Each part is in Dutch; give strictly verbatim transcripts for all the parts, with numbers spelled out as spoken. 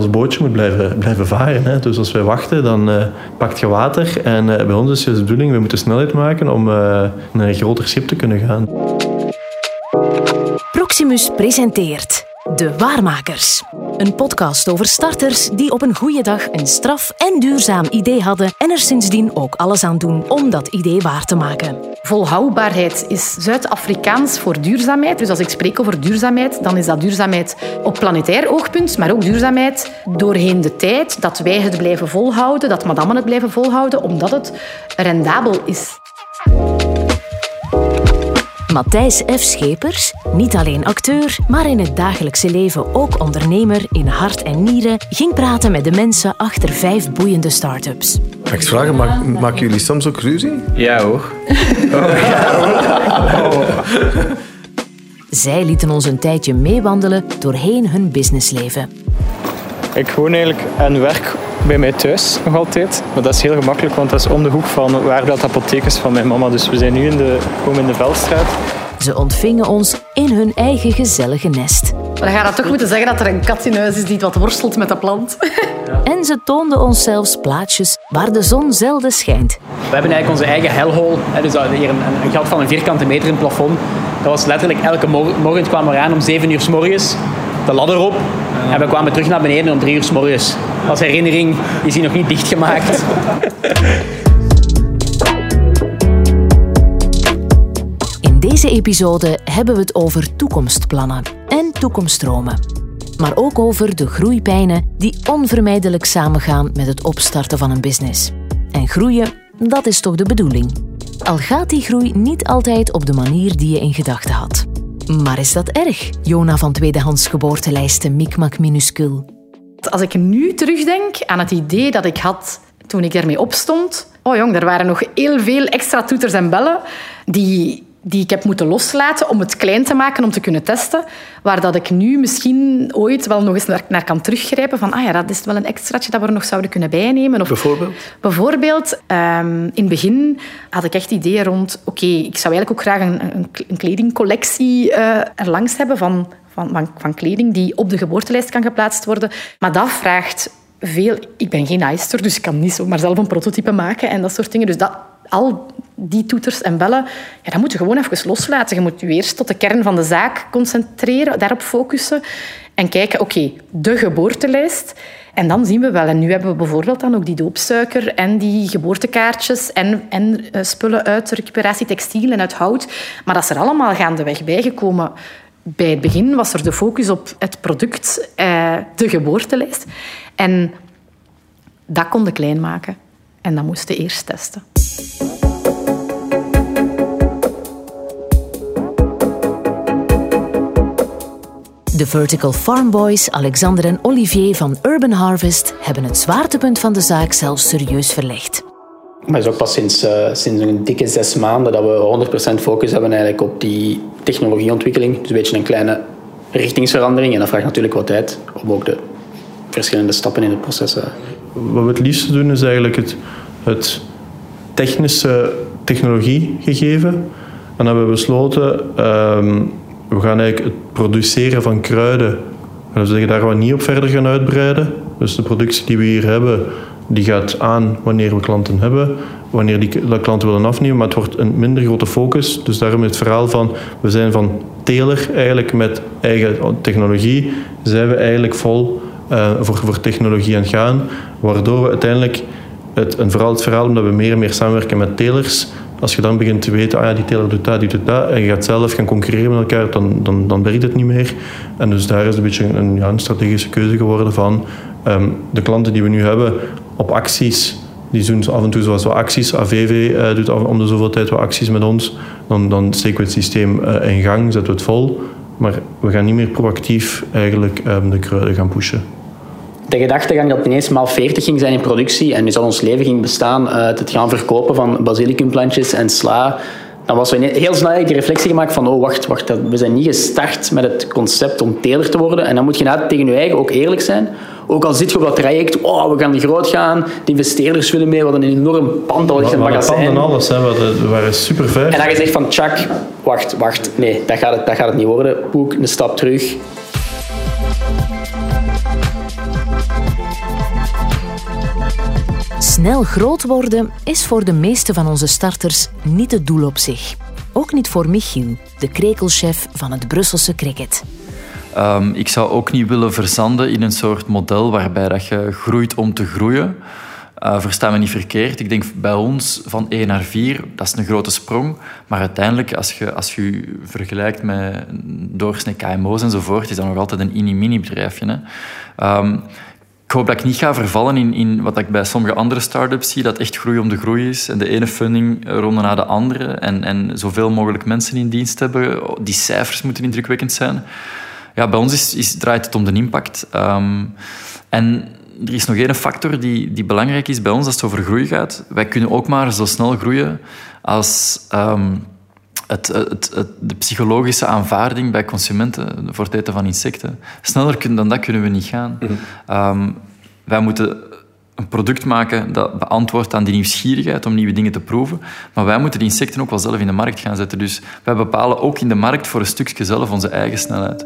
ons bootje moet blijven, blijven varen. Hè. Dus als wij wachten, dan uh, pakt je water. En uh, bij ons is het de bedoeling, we moeten snelheid maken om uh, naar een groter schip te kunnen gaan. Proximus presenteert De Waarmakers. Een podcast over starters die op een goede dag een straf en duurzaam idee hadden en er sindsdien ook alles aan doen om dat idee waar te maken. Volhoudbaarheid is Zuid-Afrikaans voor duurzaamheid. Dus als ik spreek over duurzaamheid, dan is dat duurzaamheid op planetair oogpunt, maar ook duurzaamheid doorheen de tijd. Dat wij het blijven volhouden, dat madammen het blijven volhouden, omdat het rendabel is. Matthijs F. Schepers, niet alleen acteur, maar in het dagelijkse leven ook ondernemer in hart en nieren, ging praten met de mensen achter vijf boeiende start-ups. Mag ik vragen, maak, maken jullie soms ook ruzie? Ja hoor. Oh, ja, hoor. Oh. Zij lieten ons een tijdje meewandelen doorheen hun businessleven. Ik woon eigenlijk en werk bij mij thuis nog altijd. Maar dat is heel gemakkelijk, want dat is om de hoek van waar dat apotheek is van mijn mama. Dus we zijn nu in de, komen in de Veldstraat. Ze ontvingen ons in hun eigen gezellige nest. Maar dan ga je toch moeten zeggen dat er een kat in huis is die wat worstelt met de plant. Ja. En ze toonden ons zelfs plaatsjes waar de zon zelden schijnt. We hebben eigenlijk onze eigen hellhole. Dus hier een, een gat van een vierkante meter in het plafond. Dat was letterlijk elke morgen, morgen kwamen we eraan om zeven uur 's morgens. De ladder op. En we kwamen terug naar beneden om drie uur 's morgens. Als herinnering is hij nog niet dichtgemaakt. In deze episode hebben we het over toekomstplannen en toekomstdromen. Maar ook over de groeipijnen die onvermijdelijk samengaan met het opstarten van een business. En groeien, dat is toch de bedoeling. Al gaat die groei niet altijd op de manier die je in gedachten had. Maar is dat erg, Jona van tweedehands geboortelijsten Mikmak minuscuul? Als ik nu terugdenk aan het idee dat ik had toen ik ermee opstond... Oh jong, er waren nog heel veel extra toeters en bellen die, die ik heb moeten loslaten om het klein te maken, om te kunnen testen. Waar dat ik nu misschien ooit wel nog eens naar, naar kan teruggrijpen. Van, ah ja, dat is wel een extraatje dat we er nog zouden kunnen bijnemen. Of, bijvoorbeeld? Bijvoorbeeld, um, in het begin had ik echt ideeën rond... Oké, okay, ik zou eigenlijk ook graag een, een, een kledingcollectie uh, erlangs hebben van... Van, van, van kleding die op de geboortelijst kan geplaatst worden. Maar dat vraagt veel... Ik ben geen naaister, dus ik kan niet zomaar zelf een prototype maken en dat soort dingen. Dus dat, al die toeters en bellen, ja, dat moet je gewoon even loslaten. Je moet je eerst tot de kern van de zaak concentreren, daarop focussen en kijken, oké, okay, de geboortelijst. En dan zien we wel. En nu hebben we bijvoorbeeld dan ook die doopsuiker en die geboortekaartjes en, en uh, spullen uit recuperatie textiel en uit hout. Maar dat is er allemaal gaandeweg bijgekomen. Bij het begin was er de focus op het product, eh, de geboortelijst. En dat kon je klein maken. En dat moesten we eerst testen. De Vertical Farm Boys, Alexander en Olivier van Urban Harvest, hebben het zwaartepunt van de zaak zelfs serieus verlegd. Maar het is ook pas sinds, uh, sinds een dikke zes maanden dat we honderd procent focus hebben eigenlijk op die technologieontwikkeling. Dus een beetje een kleine richtingsverandering. En dat vraagt natuurlijk wat tijd om ook de verschillende stappen in het proces. Uh. Wat we het liefste doen is eigenlijk het, het technische technologiegegeven. En dan hebben we besloten, um, we gaan eigenlijk het produceren van kruiden. En we zeggen, daar gaan we niet op verder gaan uitbreiden. Dus de productie die we hier hebben, die gaat aan wanneer we klanten hebben, wanneer die klanten willen afnemen, maar het wordt een minder grote focus. Dus daarom het verhaal van, we zijn van teler eigenlijk met eigen technologie, zijn we eigenlijk vol uh, voor, voor technologie aan het gaan, waardoor we uiteindelijk het, een verhaal, het verhaal omdat we meer en meer samenwerken met telers, als je dan begint te weten, ah ja, die teler doet dat, die doet dat, en je gaat zelf gaan concurreren met elkaar, dan, dan, dan werkt het niet meer. En dus daar is een beetje een, ja, een strategische keuze geworden van um, de klanten die we nu hebben op acties, die doen af en toe zoals wat acties. A V V uh, doet om de zoveel tijd wat acties met ons. Dan, dan steken we het systeem uh, in gang, zetten we het vol. Maar we gaan niet meer proactief eigenlijk um, de kruiden gaan pushen. De gedachtegang dat het ineens maal veertig ging zijn in productie en dus al ons leven ging bestaan uit het gaan verkopen van basilicumplantjes en sla, dan was er heel snel de reflectie gemaakt van oh, wacht, wacht, we zijn niet gestart met het concept om teler te worden. En dan moet je nou tegen je eigen ook eerlijk zijn. Ook al zit je op dat traject, oh, we gaan groot gaan, de investeerders willen mee, we hadden een enorm pand, al echt een magazijn. We hadden alles, hè. We waren super ver. En dan je zegt van, tjak, wacht, wacht, nee, dat gaat het, dat gaat het niet worden. Poek, een stap terug. Snel groot worden is voor de meeste van onze starters niet het doel op zich. Ook niet voor Michiel, de krekelchef van het Brusselse cricket. Um, ik zou ook niet willen verzanden in een soort model waarbij dat je groeit om te groeien. Uh, versta me niet verkeerd. Ik denk bij ons van één naar vier, dat is een grote sprong. Maar uiteindelijk, als je als je, je vergelijkt met doorsnee K M O's enzovoort, is dat nog altijd een mini-mini bedrijfje. Hè. Um, ik hoop dat ik niet ga vervallen in, in wat ik bij sommige andere start-ups zie, dat echt groei om de groei is. En de ene funding ronde na de andere. En, en zoveel mogelijk mensen in dienst hebben. Die cijfers moeten indrukwekkend zijn. Ja, bij ons is, is, draait het om de impact. Um, en er is nog één factor die, die belangrijk is bij ons als het over groei gaat. Wij kunnen ook maar zo snel groeien als um, het, het, het, de psychologische aanvaarding bij consumenten voor het eten van insecten. Sneller dan dat kunnen we niet gaan. Mm-hmm. Um, wij moeten een product maken dat beantwoordt aan die nieuwsgierigheid om nieuwe dingen te proeven. Maar wij moeten die insecten ook wel zelf in de markt gaan zetten. Dus wij bepalen ook in de markt voor een stukje zelf onze eigen snelheid.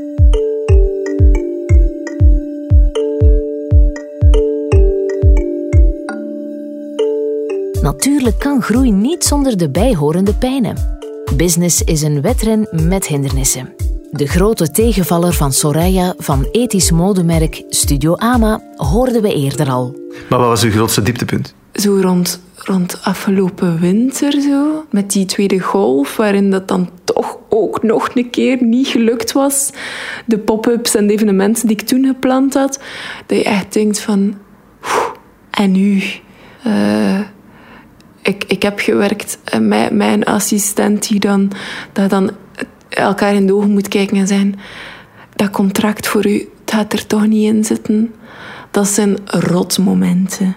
Natuurlijk kan groei niet zonder de bijhorende pijnen. Business is een wedren met hindernissen. De grote tegenvaller van Soraya van ethisch modemerk Studio Ama hoorden we eerder al. Maar wat was uw grootste dieptepunt? Zo rond, rond afgelopen winter, zo, met die tweede golf, waarin dat dan toch ook nog een keer niet gelukt was. De pop-ups en de evenementen die ik toen gepland had. Dat je echt denkt van... En nu... Uh, ik, ik heb gewerkt met, met een assistent die dan, dat dan elkaar in de ogen moet kijken en zeggen... Dat contract voor u, het gaat er toch niet in zitten. Dat zijn rotmomenten.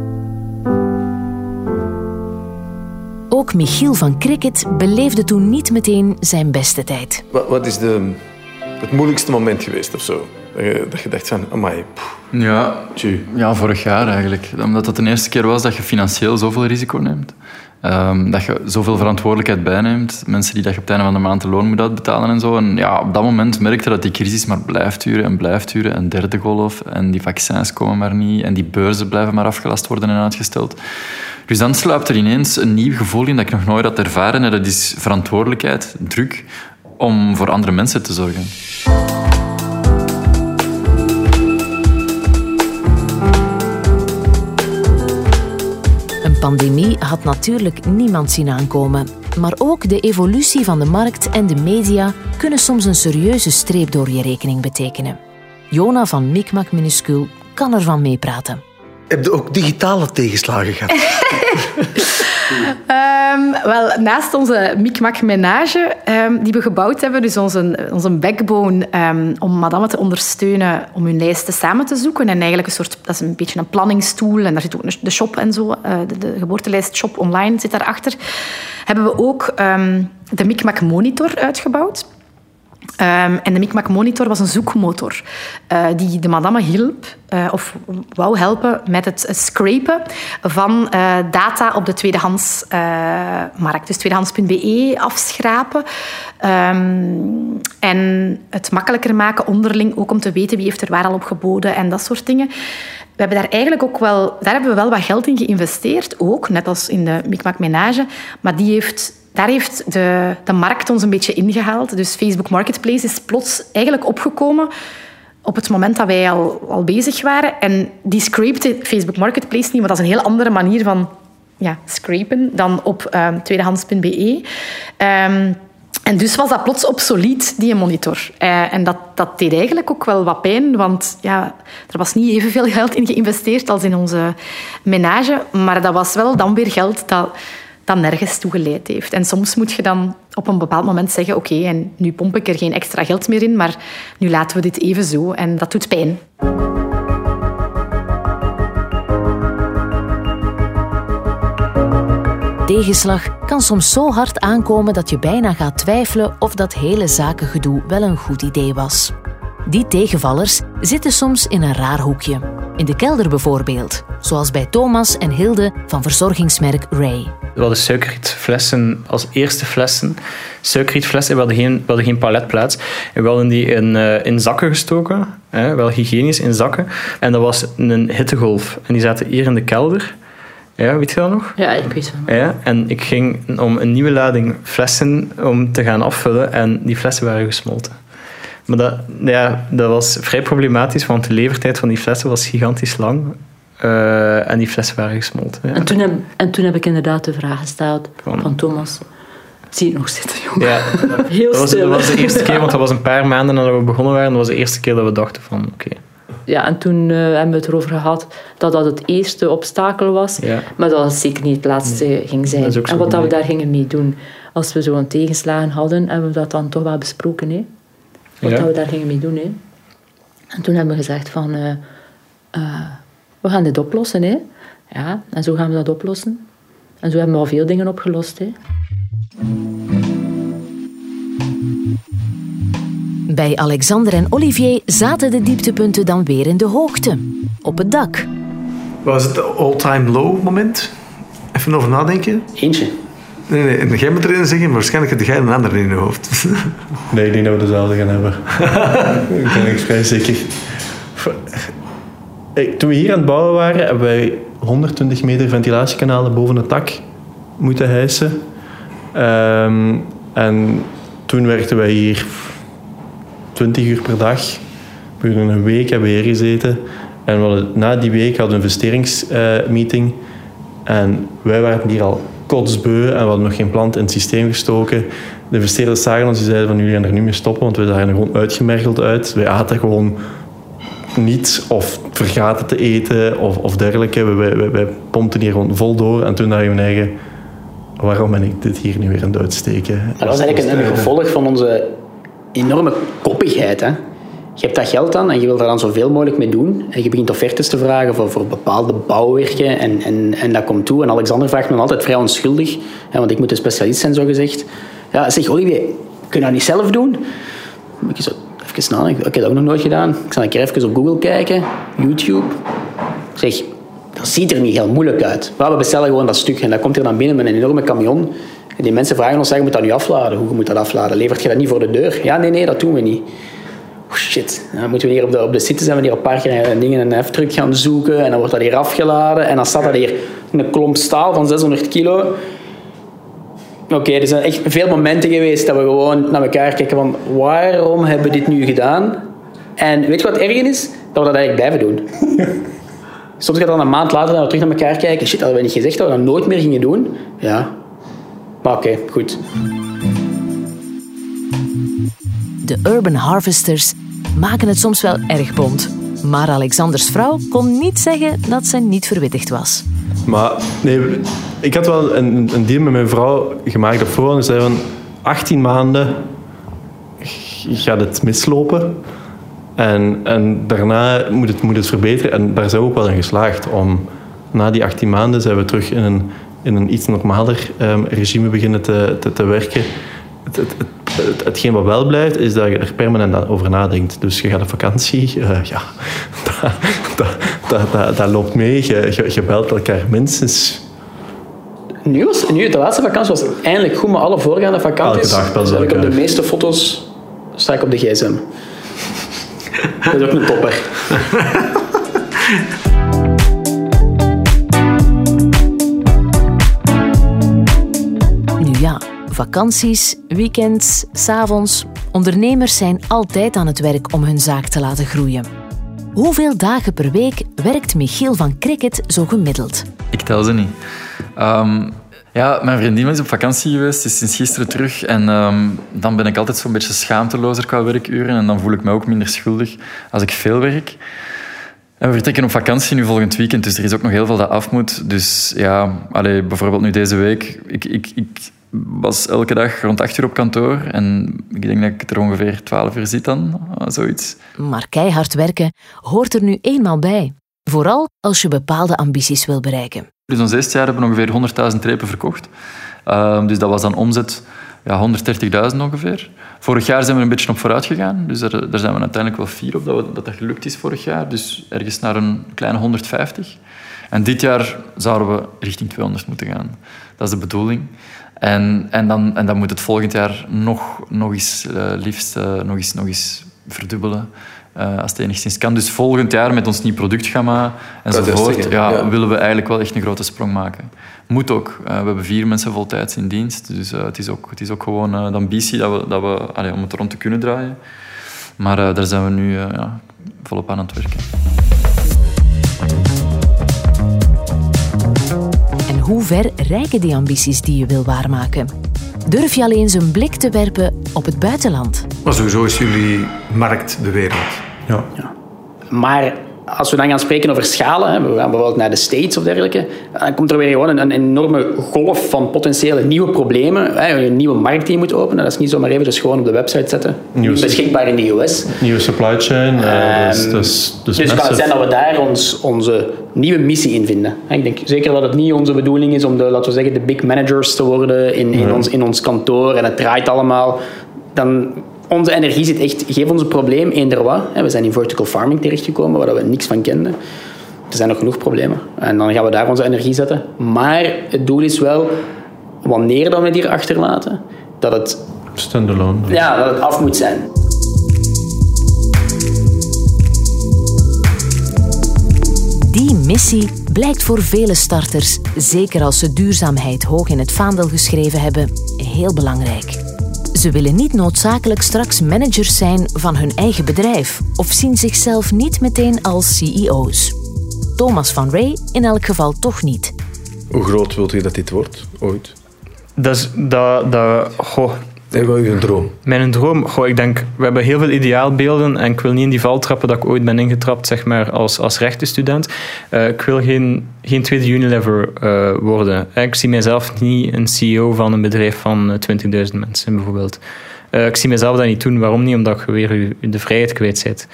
Ook Michiel van Cricket beleefde toen niet meteen zijn beste tijd. Wat, wat is de, het moeilijkste moment geweest of zo? Dat je, dat je dacht van, amai, pff. Ja, ja, vorig jaar eigenlijk. Omdat dat de eerste keer was dat je financieel zoveel risico neemt. Um, dat je zoveel verantwoordelijkheid bijneemt. Mensen die dat je op het einde van de maand de loon moet uitbetalen en zo. En ja, op dat moment merkte dat die crisis maar blijft duren en blijft duren. Een derde golf en die vaccins komen maar niet. En die beurzen blijven maar afgelast worden en uitgesteld. Dus dan sluipt er ineens een nieuw gevoel in dat ik nog nooit had ervaren. En dat is verantwoordelijkheid, druk, om voor andere mensen te zorgen. Een pandemie had natuurlijk niemand zien aankomen. Maar ook de evolutie van de markt en de media kunnen soms een serieuze streep door je rekening betekenen. Jona van Micmac Minuscuul kan ervan meepraten. Heb je ook digitale tegenslagen gehad? um, wel, naast onze Micmac Menage, um, die we gebouwd hebben, dus onze, onze backbone um, om madammen te ondersteunen om hun lijsten samen te zoeken. En eigenlijk een soort, dat is een beetje een planningstool. En daar zit ook de shop en zo, uh, de, de geboortelijstshop online zit daarachter. Hebben we ook um, de Micmac Monitor uitgebouwd. Um, en de Micmac Monitor was een zoekmotor uh, die de madame hielp, uh, of wou helpen met het scrapen van uh, data op de tweedehandsmarkt. Uh, dus tweedehands punt b e afschrapen. Um, en het makkelijker maken onderling, ook om te weten wie heeft er waar al op geboden en dat soort dingen. We hebben daar eigenlijk ook wel, daar hebben we wel wat geld in geïnvesteerd, ook, net als in de Micmac Menage, maar die heeft... Daar heeft de, de markt ons een beetje ingehaald. Dus Facebook Marketplace is plots eigenlijk opgekomen op het moment dat wij al, al bezig waren. En die scrapte Facebook Marketplace niet, maar dat is een heel andere manier van ja, scrapen dan op um, tweedehands punt b e. Um, en dus was dat plots obsolet, die monitor. Uh, en dat, dat deed eigenlijk ook wel wat pijn, want ja, er was niet evenveel geld in geïnvesteerd als in onze menage. Maar dat was wel dan weer geld dat... dat nergens toe geleid heeft. En soms moet je dan op een bepaald moment zeggen oké, okay, en nu pomp ik er geen extra geld meer in, maar nu laten we dit even zo. En dat doet pijn. Tegenslag kan soms zo hard aankomen dat je bijna gaat twijfelen of dat hele zakengedoe wel een goed idee was. Die tegenvallers zitten soms in een raar hoekje. In de kelder bijvoorbeeld, zoals bij Thomas en Hilde van verzorgingsmerk Ray. We hadden suikerrietflessen als eerste flessen. Suikerrietflessen, we hadden geen, we hadden geen paletplaats. En we hadden die in, uh, in zakken gestoken, hè, wel hygiënisch in zakken. En dat was een hittegolf. En die zaten hier in de kelder. Ja, weet je dat nog? Ja, ik weet het. Ja, en ik ging om een nieuwe lading flessen om te gaan afvullen en die flessen waren gesmolten. Maar dat, ja, dat was vrij problematisch, want de levertijd van die flessen was gigantisch lang. Uh, en die flessen waren gesmolten. Ja. En, toen heb, en toen heb ik inderdaad de vraag gesteld van, van Thomas. Zie je het nog zitten, jongen? Ja, heel dat was, stil. Dat was de eerste keer, want dat was een paar maanden nadat we begonnen waren. Dat was de eerste keer dat we dachten van, oké. Okay. Ja, en toen uh, hebben we het erover gehad dat dat het eerste obstakel was. Ja. Maar dat het zeker niet het laatste nee. ging zijn. En wat dat we daar gingen mee doen. Als we zo'n tegenslagen hadden, hebben we dat dan toch wel besproken. Hè? Wat ja. dat we daar gingen mee doen. Hè? En toen hebben we gezegd van... Uh, uh, we gaan dit oplossen. Hè? Ja, en zo gaan we dat oplossen. En zo hebben we al veel dingen opgelost. Hè? Bij Alexander en Olivier zaten de dieptepunten dan weer in de hoogte. Op het dak. Wat was het all-time low moment? Even over nadenken. Eentje. Nee, nee, en jij moet er een zeggen, maar waarschijnlijk heb jij een ander in je hoofd. Nee, ik denk dat we dezelfde gaan hebben. Ik ben ik vrij zeker. Toen we hier aan het bouwen waren, hebben wij honderdtwintig meter ventilatiekanalen boven het dak moeten hijsen. Um, en toen werkten wij hier twintig uur per dag. We hebben een week hebben we hier gezeten. En we hadden, na die week hadden we een investeringsmeeting. Uh, en wij waren hier al kotsbeu en we hadden nog geen plant in het systeem gestoken. De investeerders zagen ons en zeiden van jullie gaan er nu mee stoppen, want we zagen er gewoon uitgemergeld uit. Wij aten gewoon niets of vergaten te eten of, of dergelijke. Wij, wij, wij pompten hier gewoon vol door en toen dacht ik me eigen, waarom ben ik dit hier nu weer aan het uitsteken? Maar dat was eigenlijk een, een gevolg van onze enorme koppigheid. Hè? Je hebt dat geld dan en je wilt er dan zoveel mogelijk mee doen. En je begint offertes te vragen voor, voor bepaalde bouwwerken. En, en, en dat komt toe. En Alexander vraagt me altijd vrij onschuldig. Hè, want ik moet een specialist zijn, zo gezegd. Ja, zeg, Olivier, kun je dat niet zelf doen? Ik zo, even nadenken. Ik heb dat ook nog nooit gedaan. Ik zal een keer even op Google kijken. YouTube. Ik zeg, dat ziet er niet heel moeilijk uit. Maar we bestellen gewoon dat stuk. En dat komt er dan binnen met een enorme camion. En die mensen vragen ons, je moet dat nu afladen. Hoe moet dat afladen? Levert je dat niet voor de deur? Ja, nee, nee, dat doen we niet. Oh shit, dan moeten we hier op de, op de site zijn we hier een paar keer dingen een heftruck gaan zoeken en dan wordt dat hier afgeladen en dan staat dat hier een klomp staal van zeshonderd kilo. Oké, okay, er zijn echt veel momenten geweest dat we gewoon naar elkaar kijken van waarom hebben we dit nu gedaan? En weet je wat erg is? Dat we dat eigenlijk blijven doen. Soms gaat dan een maand later dat we terug naar elkaar kijken. Shit, hadden we niet gezegd dat we dat nooit meer gingen doen? Ja, maar oké, okay, goed. De Urban Harvesters maken het soms wel erg bont. Maar Alexanders vrouw kon niet zeggen dat ze niet verwittigd was. Maar nee, ik had wel een, een deal met mijn vrouw gemaakt op voorhand. Ze zei van achttien maanden gaat het mislopen. En, en daarna moet het, moet het verbeteren. En daar zijn we ook wel in geslaagd. Om, na die achttien maanden zijn we terug in een, in een iets normaler um, regime beginnen te, te, te werken. Het, het, het, het, hetgeen wat wel blijft, is dat je er permanent over nadenkt. Dus je gaat op vakantie, uh, ja, dat, dat, dat, dat, dat loopt mee. Je, je, je belt elkaar minstens. Nu, was, nu, de laatste vakantie was eindelijk goed, maar alle voorgaande vakanties... Elke dag bel dus ik op de meeste foto's sta ik op de gsm. Dat is ook een topper. Nu ja, vakanties, weekends, 's avonds. Ondernemers zijn altijd aan het werk om hun zaak te laten groeien. Hoeveel dagen per week werkt Michiel van Cricket zo gemiddeld? Ik tel ze niet. Um, ja, mijn vriendin is op vakantie geweest, is sinds gisteren terug. En um, dan ben ik altijd zo'n beetje schaamtelozer qua werkuren. En dan voel ik me ook minder schuldig als ik veel werk. En we vertrekken op vakantie nu volgend weekend, dus er is ook nog heel veel dat af moet. Dus ja, allee, bijvoorbeeld nu deze week. Ik, ik, ik was elke dag rond acht uur op kantoor. En ik denk dat ik er ongeveer twaalf uur zit dan, zoiets. Maar keihard werken hoort er nu eenmaal bij. Vooral als je bepaalde ambities wil bereiken. Dus ons eerste jaar hebben we ongeveer honderdduizend repen verkocht. Uh, dus dat was dan omzet ja, honderddertigduizend ongeveer. Vorig jaar zijn we een beetje op vooruit gegaan. Dus daar, daar zijn we uiteindelijk wel fier op dat, we, dat dat gelukt is vorig jaar. Dus ergens naar een kleine honderdvijftig. En dit jaar zouden we richting tweehonderd moeten gaan. Dat is de bedoeling. En, en, dan, en dan moet het volgend jaar nog, nog eens, uh, liefst uh, nog eens, nog eens verdubbelen. Uh, als het enigszins kan. Dus volgend jaar met ons nieuw productgamma enzovoort, ja, ja. willen we eigenlijk wel echt een grote sprong maken. Moet ook. Uh, we hebben vier mensen voltijds in dienst. Dus uh, het, is ook, het is ook gewoon uh, de ambitie dat we, dat we, allee, om het rond te kunnen draaien. Maar uh, daar zijn we nu uh, ja, volop aan het werken. En hoe ver reiken die ambities die je wil waarmaken? Durf je al eens een blik te werpen op het buitenland? Maar sowieso is jullie markt de wereld. Ja. ja. Maar als we dan gaan spreken over schalen, hè, we gaan bijvoorbeeld naar de States of dergelijke, dan komt er weer gewoon een, een enorme golf van potentiële nieuwe problemen. Hè, een nieuwe markt die je moet openen. Dat is niet zomaar even dus gewoon op de website zetten. Nieuwe, beschikbaar in de U S. Nieuwe supply chain. Uh, dus dus, dus dus kan het zijn dat we daar ons, onze nieuwe missie in vinden. Ik denk zeker dat het niet onze bedoeling is om de, laten we zeggen, de big managers te worden in, in, ja. ons, in ons kantoor en het draait allemaal. Dan... Onze energie zit echt... Geef ons een probleem, eender wat. We zijn in vertical farming terechtgekomen, waar we niks van kenden. Er zijn nog genoeg problemen. En dan gaan we daar onze energie zetten. Maar het doel is wel, wanneer dan we het hier achterlaten, dat het... Standalone. Ja, dat het af moet zijn. Die missie blijkt voor vele starters, zeker als ze duurzaamheid hoog in het vaandel geschreven hebben, heel belangrijk. Ze willen niet noodzakelijk straks managers zijn van hun eigen bedrijf of zien zichzelf niet meteen als C E O's. Thomas van Ray in elk geval toch niet. Hoe groot wilt u dat dit wordt, ooit? Dat is... Dat, dat, goh. Nee, wat is uw droom? Mijn droom? Goh, ik denk, we hebben heel veel ideaalbeelden en ik wil niet in die val trappen dat ik ooit ben ingetrapt, zeg maar, als, als rechtenstudent. Uh, ik wil geen, geen tweede Unilever uh, worden. Ik zie mijzelf niet een C E O van een bedrijf van twintigduizend mensen, bijvoorbeeld. Uh, ik zie mezelf dat niet doen. Waarom niet? Omdat je weer de vrijheid kwijt bent.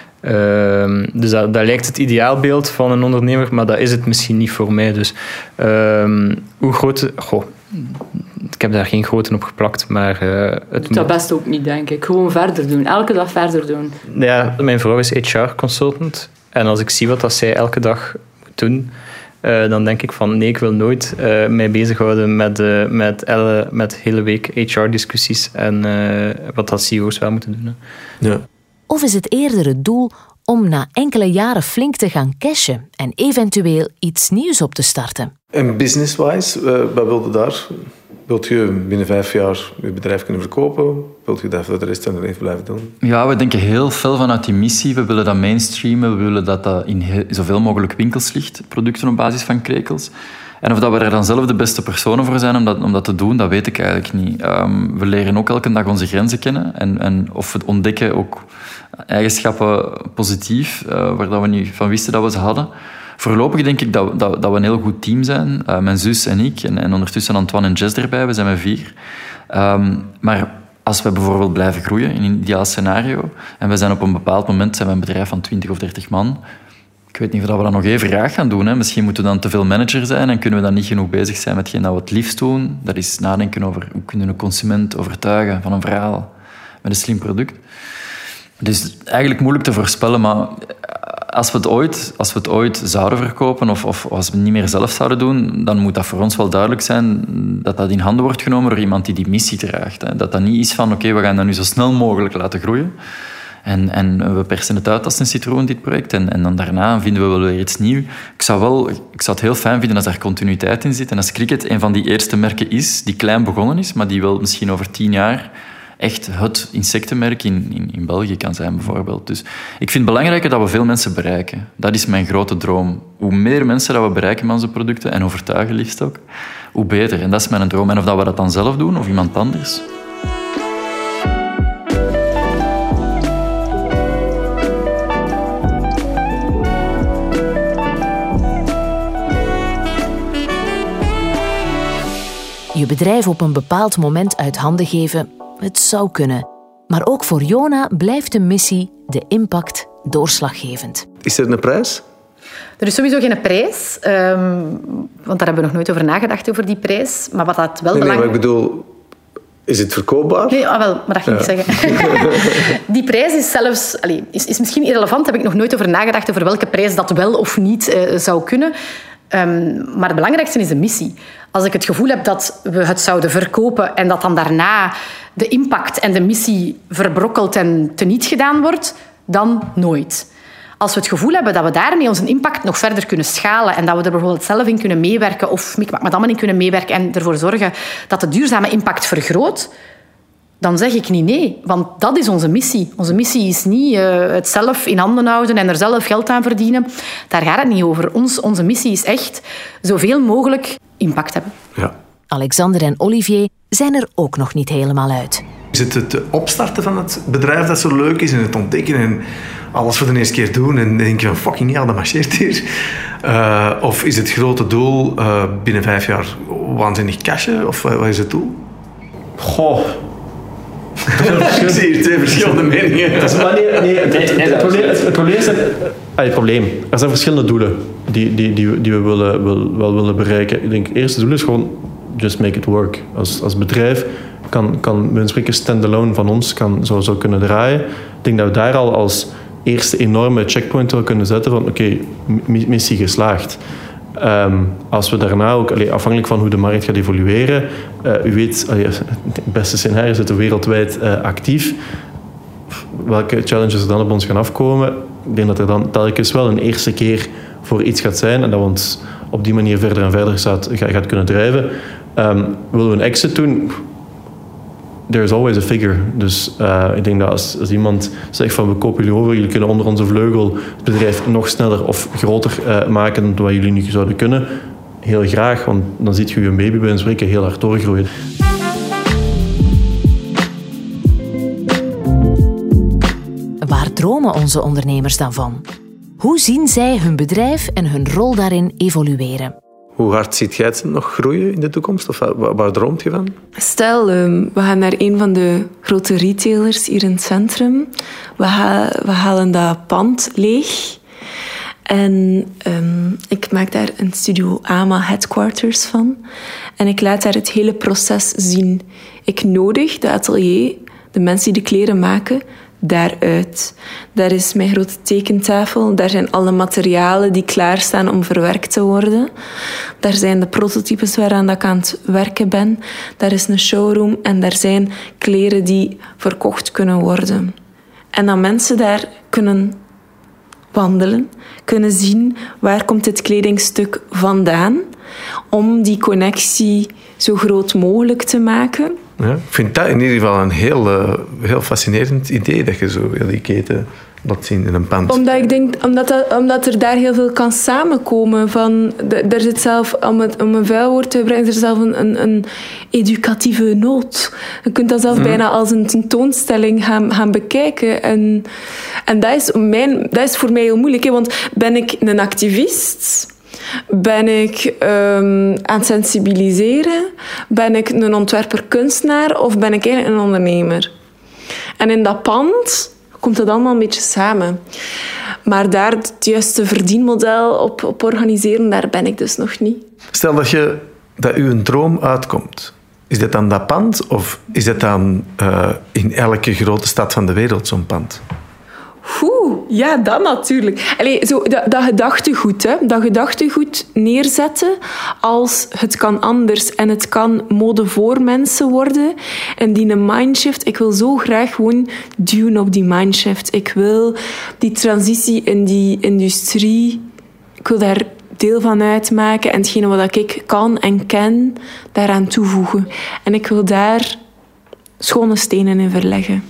Uh, dus dat, dat lijkt het ideaalbeeld van een ondernemer, maar dat is het misschien niet voor mij. Dus uh, hoe groot... Goh, ik heb daar geen grootte op geplakt, maar... Uh, het moet... Dat best ook niet, denk ik. Gewoon verder doen. Elke dag verder doen. Ja, mijn vrouw is H R-consultant. En als ik zie wat dat zij elke dag moet doen, uh, dan denk ik van nee, ik wil nooit uh, mij bezighouden met, uh, met, elle, met hele week H R-discussies en uh, wat dat C E O's wel moeten doen. Hè. Ja. Of is het eerder het doel om na enkele jaren flink te gaan cashen en eventueel iets nieuws op te starten? En business-wise, uh, wat wilde daar? Wilt je binnen vijf jaar je bedrijf kunnen verkopen? Wilt je dat voor de rest van de leven blijven doen? Ja, we denken heel veel vanuit die missie. We willen dat mainstreamen. We willen dat dat in heel, zoveel mogelijk winkels ligt, producten op basis van krekels. En of dat we er dan zelf de beste personen voor zijn om dat, om dat te doen, dat weet ik eigenlijk niet. Um, we leren ook elke dag onze grenzen kennen. En, en of we ontdekken ook eigenschappen positief, uh, waar dat we niet van wisten dat we ze hadden. Voorlopig denk ik dat, dat, dat we een heel goed team zijn. Uh, mijn zus en ik. En, en ondertussen Antoine en Jess erbij. We zijn met vier. Um, maar als we bijvoorbeeld blijven groeien in een ideaal scenario en we zijn op een bepaald moment zijn we een bedrijf van twintig of dertig man. Ik weet niet of we dat nog even graag gaan doen. Hè. Misschien moeten we dan te veel manager zijn en kunnen we dan niet genoeg bezig zijn met hetgeen dat we het liefst doen. Dat is nadenken over hoe kunnen we een consument overtuigen van een verhaal met een slim product. Dus eigenlijk moeilijk te voorspellen, maar als we het ooit, als we het ooit zouden verkopen of, of als we het niet meer zelf zouden doen, dan moet dat voor ons wel duidelijk zijn dat dat in handen wordt genomen door iemand die die missie draagt. Hè. Dat dat niet is van oké, okay, we gaan dat nu zo snel mogelijk laten groeien. En, en we persen het uit als een citroen, dit project. En, en dan daarna vinden we wel weer iets nieuws. Ik zou, wel, ik zou het heel fijn vinden als er continuïteit in zit. En als Cricket een van die eerste merken is, die klein begonnen is, maar die wel misschien over tien jaar echt het insectenmerk in, in, in België kan zijn, bijvoorbeeld. Dus ik vind het belangrijker dat we veel mensen bereiken. Dat is mijn grote droom. Hoe meer mensen dat we bereiken met onze producten, en overtuigen liefst ook, hoe beter. En dat is mijn droom. En of dat we dat dan zelf doen, of iemand anders... Je bedrijf op een bepaald moment uit handen geven, het zou kunnen. Maar ook voor Jona blijft de missie, de impact, doorslaggevend. Is er een prijs? Er is sowieso geen prijs, um, want daar hebben we nog nooit over nagedacht, over die prijs. Maar wat dat wel nee, belangrijk... Nee, maar ik bedoel, is het verkoopbaar? Nee, ah, wel, maar dat ging ja. ik zeggen. Die prijs is zelfs... Allez, is, is misschien irrelevant, daar heb ik nog nooit over nagedacht, over welke prijs dat wel of niet uh, zou kunnen. Um, maar het belangrijkste is de missie. Als ik het gevoel heb dat we het zouden verkopen en dat dan daarna de impact en de missie verbrokkeld en teniet gedaan wordt, dan nooit. Als we het gevoel hebben dat we daarmee onze impact nog verder kunnen schalen en dat we er bijvoorbeeld zelf in kunnen meewerken of met allemaal in kunnen meewerken en ervoor zorgen dat de duurzame impact vergroot, dan zeg ik niet nee. Want dat is onze missie. Onze missie is niet uh, het zelf in handen houden en er zelf geld aan verdienen. Daar gaat het niet over. Ons, onze missie is echt zoveel mogelijk impact hebben. Ja. Alexander en Olivier zijn er ook nog niet helemaal uit. Is het het opstarten van het bedrijf dat zo leuk is en het ontdekken en alles voor de eerste keer doen en dan denk je van fucking ja, dat marcheert hier. Uh, of is het grote doel uh, binnen vijf jaar waanzinnig cashen? Of wat is het doel? Goh. Ik zie hier twee verschillende meningen. Dat is, maar nee, nee, het, het, het, het, probleem, het, het probleem is... Het, het probleem. Er zijn verschillende doelen die, die, die, die we willen, wil, wel willen bereiken. Ik denk, het eerste doel is gewoon just make it work. Als, als bedrijf kan, kan we spreken stand-alone van ons kan zo, zo kunnen draaien. Ik denk dat we daar al als eerste enorme checkpoint wel kunnen zetten van oké, okay, missie geslaagd. Um, als we daarna ook, allee, afhankelijk van hoe de markt gaat evolueren, uh, u weet, allee, het beste scenario zitten wereldwijd uh, actief. Welke challenges er dan op ons gaan afkomen? Ik denk dat er dan telkens wel een eerste keer voor iets gaat zijn en dat we ons op die manier verder en verder gaat, gaat kunnen drijven. Um, willen we een exit doen? There's always a figure. Dus uh, ik denk dat als, als iemand zegt van we kopen jullie over, jullie kunnen onder onze vleugel het bedrijf nog sneller of groter uh, maken dan wat jullie nu zouden kunnen, heel graag, want dan ziet je je baby bij een spreken heel hard doorgroeien. Waar dromen onze ondernemers dan van? Hoe zien zij hun bedrijf en hun rol daarin evolueren? Hoe hard ziet jij het nog groeien in de toekomst? Of waar, waar droomt je van? Stel, um, we gaan naar een van de grote retailers hier in het centrum. We, ha- we halen dat pand leeg. En um, ik maak daar een Studio AMA headquarters van. En ik laat daar het hele proces zien. Ik nodig de atelier, de mensen die de kleren maken, daaruit. Daar is mijn grote tekentafel. Daar zijn alle materialen die klaarstaan om verwerkt te worden. Daar zijn de prototypes waaraan ik aan het werken ben. Daar is een showroom en daar zijn kleren die verkocht kunnen worden. En dat mensen daar kunnen wandelen, kunnen zien waar komt dit kledingstuk vandaan, om die connectie zo groot mogelijk te maken. Ja, ik vind dat in ieder geval een heel, uh, heel fascinerend idee, dat je zo die keten laat zien in een pand. Omdat ik denk, omdat, dat, omdat er daar heel veel kan samenkomen. Van, de, er zit zelf, om, het, om een vuil woord te gebruiken, er is zelf een, een, een educatieve nood. Je kunt dat zelf mm. bijna als een tentoonstelling gaan, gaan bekijken. En, en dat, is mijn, dat is voor mij heel moeilijk. Hè? Want ben ik een activist? Ben ik um, aan het sensibiliseren? Ben ik een ontwerper-kunstenaar? Of ben ik eigenlijk een ondernemer? En in dat pand komt het allemaal een beetje samen. Maar daar het juiste verdienmodel op, op organiseren, daar ben ik dus nog niet. Stel dat, je, dat u een droom uitkomt. Is dat dan dat pand? Of is dat dan uh, in elke grote stad van de wereld zo'n pand? Oeh, ja, dat natuurlijk. Allee, zo, dat, dat gedachtegoed, hè. Dat gedachtegoed neerzetten als het kan anders en het kan mode voor mensen worden. En die een mindshift, ik wil zo graag gewoon duwen op die mindshift. Ik wil die transitie in die industrie, ik wil daar deel van uitmaken en hetgene wat ik kan en ken, daaraan toevoegen. En ik wil daar schone stenen in verleggen.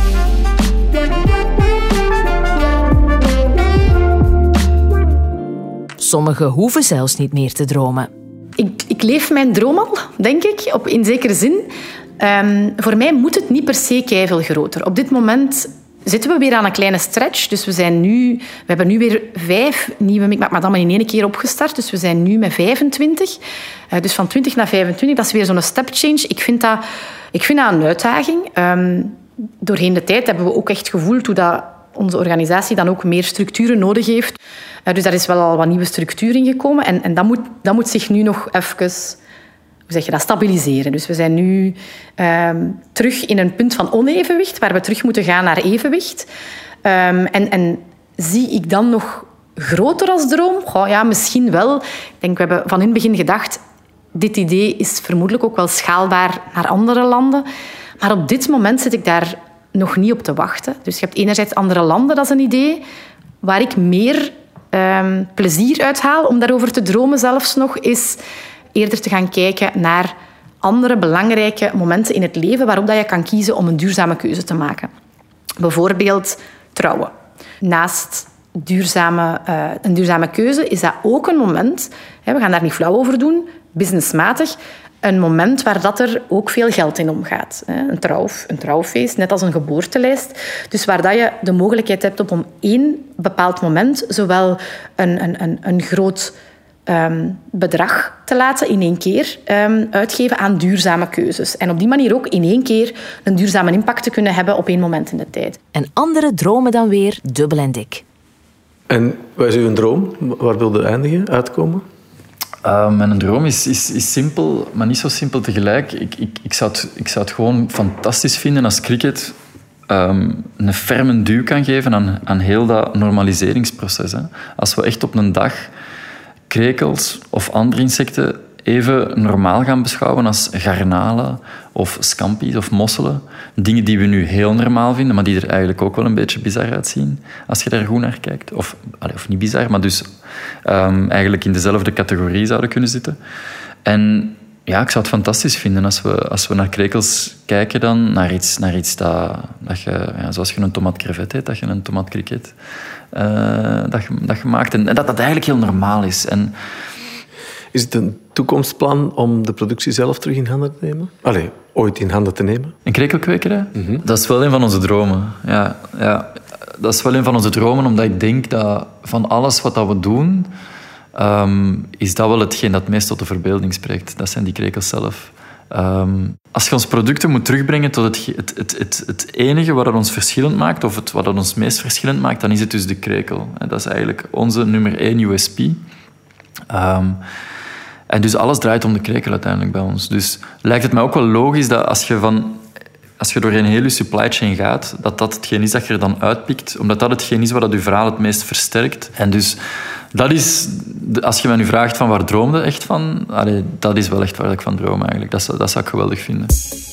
Sommigen hoeven zelfs niet meer te dromen. Ik, ik leef mijn droom al, denk ik, op, in zekere zin. Um, voor mij moet het niet per se keiveel groter. Op dit moment zitten we weer aan een kleine stretch. Dus we, zijn nu, we hebben nu weer vijf nieuwe Micmac Madame in één keer opgestart. Dus we zijn nu met vijfentwintig. Uh, dus van twintig naar vijfentwintig, dat is weer zo'n step change. Ik vind dat, ik vind dat een uitdaging. Um, doorheen de tijd hebben we ook echt gevoeld hoe dat onze organisatie dan ook meer structuren nodig heeft. Uh, dus daar is wel al wat nieuwe structuur in gekomen. En, en dat, moet, dat moet zich nu nog even, hoe zeg je dat, stabiliseren. Dus we zijn nu um, terug in een punt van onevenwicht, waar we terug moeten gaan naar evenwicht. Um, en, en zie ik dan nog groter als droom? Goh, ja, misschien wel. Ik denk, we hebben van in het begin gedacht, dit idee is vermoedelijk ook wel schaalbaar naar andere landen. Maar op dit moment zit ik daar nog niet op te wachten. Dus je hebt enerzijds andere landen, dat is een idee, waar ik meer um, plezier uit haal om daarover te dromen zelfs nog, is eerder te gaan kijken naar andere belangrijke momenten in het leven waarop dat je kan kiezen om een duurzame keuze te maken. Bijvoorbeeld trouwen. Naast duurzame, uh, een duurzame keuze is dat ook een moment, hè, we gaan daar niet flauw over doen, businessmatig, een moment waar dat er ook veel geld in omgaat. Een, trouw, een trouwfeest, net als een geboortelijst. Dus waar dat je de mogelijkheid hebt om op één bepaald moment zowel een, een, een, een groot um, bedrag te laten in één keer um, uitgeven aan duurzame keuzes. En op die manier ook in één keer een duurzame impact te kunnen hebben op één moment in de tijd. En anderen dromen dan weer dubbel en dik. En wat is uw droom? Waar wil je eindigen, uitkomen? Uh, mijn droom is, is, is simpel, maar niet zo simpel tegelijk. Ik, ik, ik, zou het, ik zou het gewoon fantastisch vinden als cricket um, een ferme duw kan geven aan, aan heel dat normaliseringsproces. Hè. Als we echt op een dag krekels of andere insecten even normaal gaan beschouwen als garnalen of scampi's of mosselen. Dingen die we nu heel normaal vinden, maar die er eigenlijk ook wel een beetje bizar uitzien als je daar goed naar kijkt. Of, of niet bizar, maar dus um, eigenlijk in dezelfde categorie zouden kunnen zitten. En ja, ik zou het fantastisch vinden als we, als we naar krekels kijken dan, naar iets, naar iets dat, dat je, ja, zoals je een tomaat crevet heet, dat je een tomaat cricket uh, dat, je, dat je maakt. En, en dat dat eigenlijk heel normaal is. En, is het een toekomstplan om de productie zelf terug in handen te nemen? Allee, ooit in handen te nemen? Een krekelkwekerij? Mm-hmm. Dat is wel een van onze dromen. Ja, ja, dat is wel een van onze dromen, omdat ik denk dat van alles wat dat we doen, um, is dat wel hetgeen dat het meest tot de verbeelding spreekt. Dat zijn die krekels zelf. Um, als je ons producten moet terugbrengen tot het, het, het, het, het enige wat het ons verschillend maakt, of het, wat het ons meest verschillend maakt, dan is het dus de krekel. Dat is eigenlijk onze nummer één U S P. Um, En dus alles draait om de krekel uiteindelijk bij ons. Dus lijkt het mij ook wel logisch dat als je, van, als je door een hele supply chain gaat, dat dat hetgeen is dat je er dan uitpikt, omdat dat hetgeen is wat je verhaal het meest versterkt. En dus dat is, als je mij nu vraagt van waar droomde echt van, allee, dat is wel echt waar ik van droom eigenlijk. Dat, dat zou ik geweldig vinden.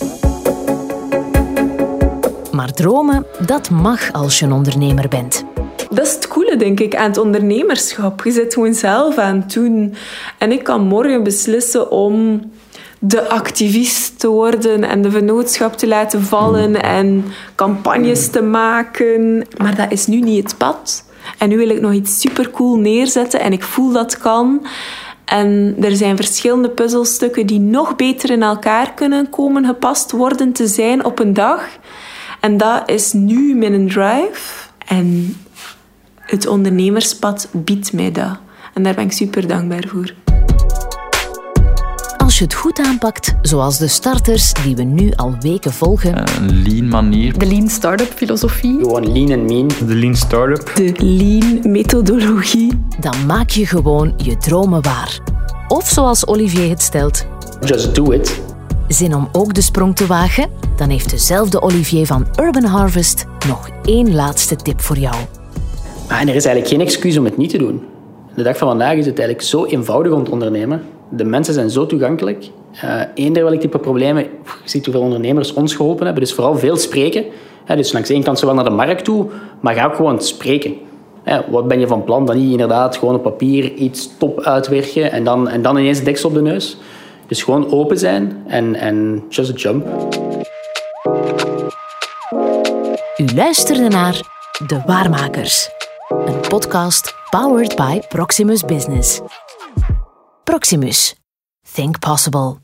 Maar dromen, dat mag als je een ondernemer bent. Dat is het coole, denk ik, aan het ondernemerschap. Je zit gewoon zelf aan het doen. En ik kan morgen beslissen om de activist te worden en de vennootschap te laten vallen en campagnes te maken. Maar dat is nu niet het pad. En nu wil ik nog iets supercool neerzetten en ik voel dat kan. En er zijn verschillende puzzelstukken die nog beter in elkaar kunnen komen gepast worden te zijn op een dag. En dat is nu mijn drive. En het ondernemerspad biedt mij dat. En daar ben ik super dankbaar voor. Als je het goed aanpakt, zoals de starters die we nu al weken volgen. Een lean manier. De lean startup filosofie. Gewoon lean en mean. De lean startup. De lean methodologie. Dan maak je gewoon je dromen waar. Of zoals Olivier het stelt. Just do it. Zin om ook de sprong te wagen? Dan heeft dezelfde Olivier van Urban Harvest nog één laatste tip voor jou. Ah, en er is eigenlijk geen excuus om het niet te doen. De dag van vandaag is het eigenlijk zo eenvoudig om te ondernemen. De mensen zijn zo toegankelijk. Uh, eender welk type problemen. Je ziet hoeveel ondernemers ons geholpen hebben. Dus vooral veel spreken. Ja, dus langs de ene kant zowel naar de markt toe, maar ga ook gewoon spreken. Ja, wat ben je van plan? Dan niet inderdaad gewoon op papier iets top uitwerken en dan, en dan ineens deksel op de neus. Dus gewoon open zijn en, en just jump. U luisterde naar De Waarmakers. Een podcast powered by Proximus Business. Proximus. Think possible.